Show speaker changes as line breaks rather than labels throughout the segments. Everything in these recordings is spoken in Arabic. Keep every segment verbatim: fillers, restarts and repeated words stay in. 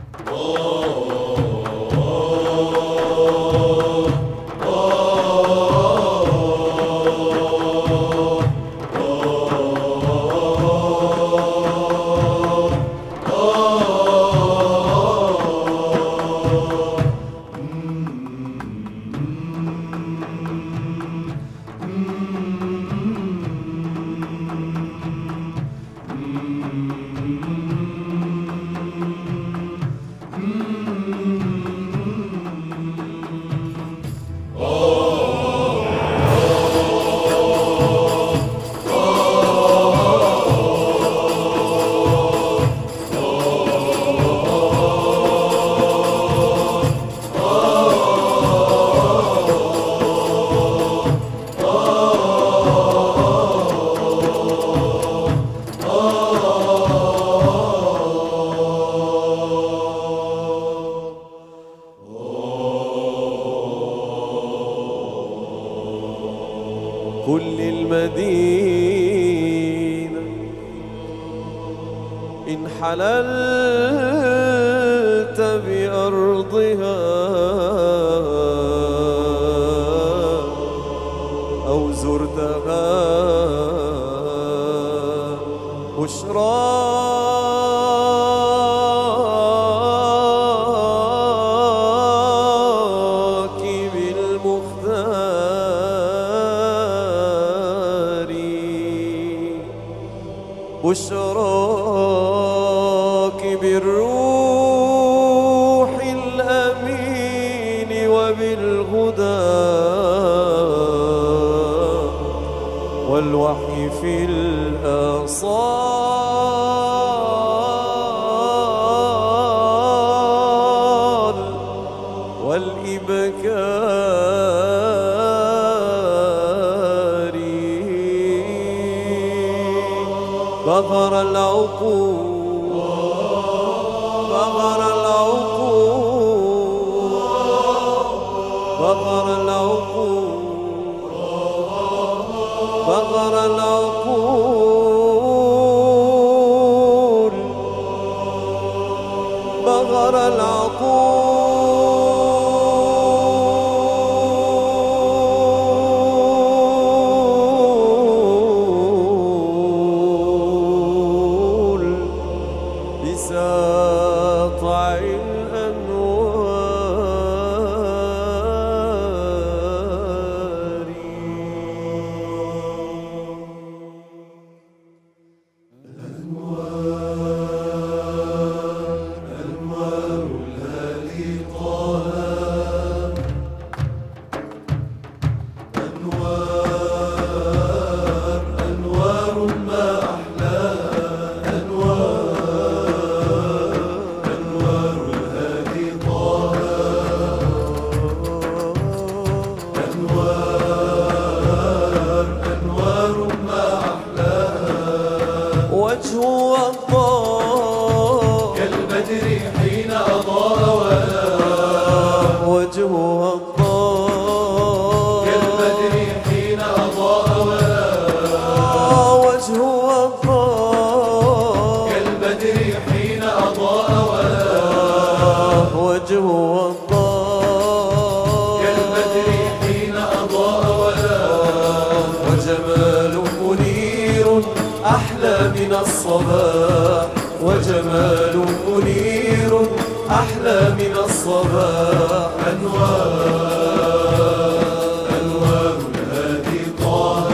كل المدينة إن حللت بأرضها أو زرتها بشراك بالمختار، بشراك بالروح الأمين وبالهدى والوحي في الآصال والإبكار. بغر العقول، بغر العقول، بغر العقول، بغر العقول، بغر العقول. بساطع الأنوار، أنوار الهادي طه، أنوار أنوار ما أحلاها، أنوار أنوار الهادي طه، أنوار أنوار ما أحلاها. وجهه الضاء كالبدر حين أضاء ولا، وجهه الضاء كالبدر حين أضاء ولا، وجهه الضاء كالبدر حين أضاء ولا، وجهه الضاء كالبدر حين أضاء ولا. وجمال منير أحلى من الصباح، وجمال منير أحلى من الصباح. أنوار أنوار الهادي طه،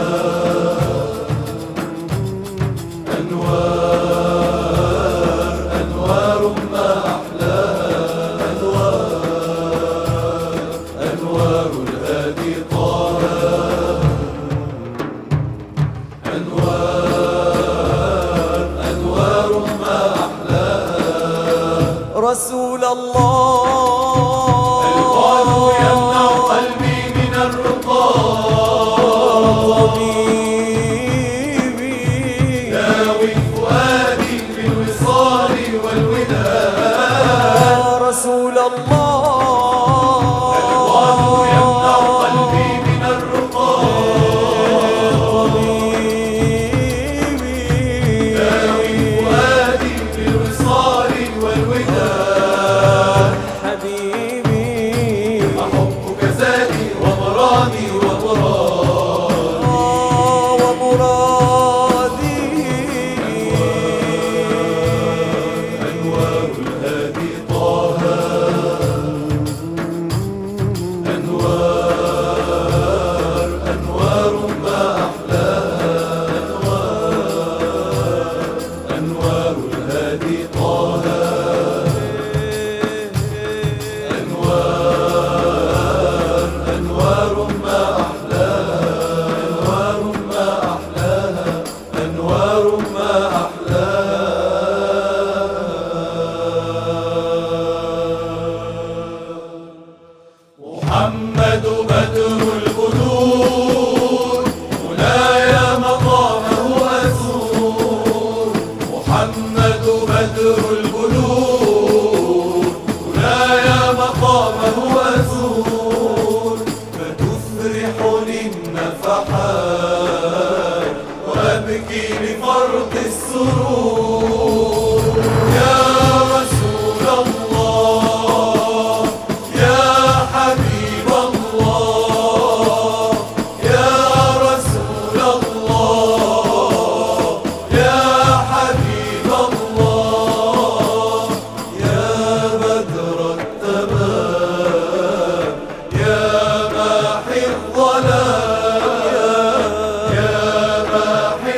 أنوار أنوار ما أحلاها، أنوار أنوار الهادي طه، أنوار أنوار ما أحلاها. رسول الله القلب يمنع قلبي من الرقاد، طبيبي داوي فؤادي بالوصال والوداد. رسول الله القلب يمنع قلبي من الرقاد، طبيبي داوي فؤادي بالوصال والوداد. محمد طه أنوار أنوار ما أحلاها أنوار ما أحلاها أنوار ما أحلاها محمد بدر البدور مولاي مقامه أزور محمد بدر البدور مولاي مقامه أزور فتفرحني النفحات وأبكي لفرط السرور يا رسول الله يا حبيب الله يا رسول الله يا حبيب الله يا بدر التمام يا ماحي الظلام يا ماحي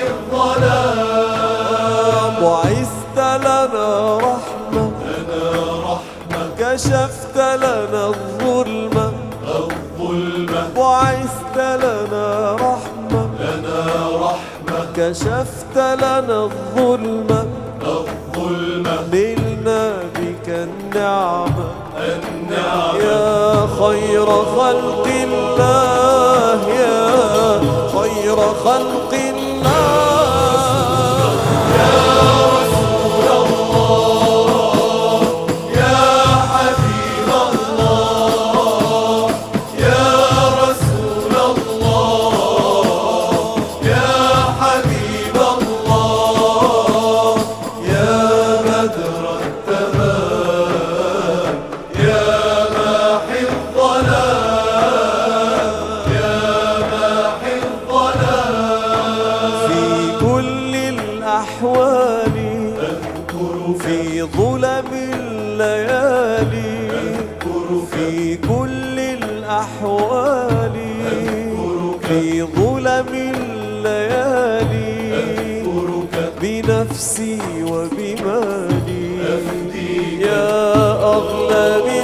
الظلام
بعثت لنا رحمة
لنا رحمة
كشفت لنا الظلمة
الظلمة
بعثت لنا رحمة
لنا رحمة
كشفت لنا الظلمة
الظلمة
نلنا بك النعمة
النعمة
يا خير خلق الله يا خير خلق الله
يا رسول الله يا حبيب الله يا رسول الله يا حبيب الله يا بدر التمام يا ماحي الظلام يا ماحي الظلام
في كل الأحوال في ظلم الليالي في كل الأحوال في ظلم الليالي بنفسي وبمالي يا أغلى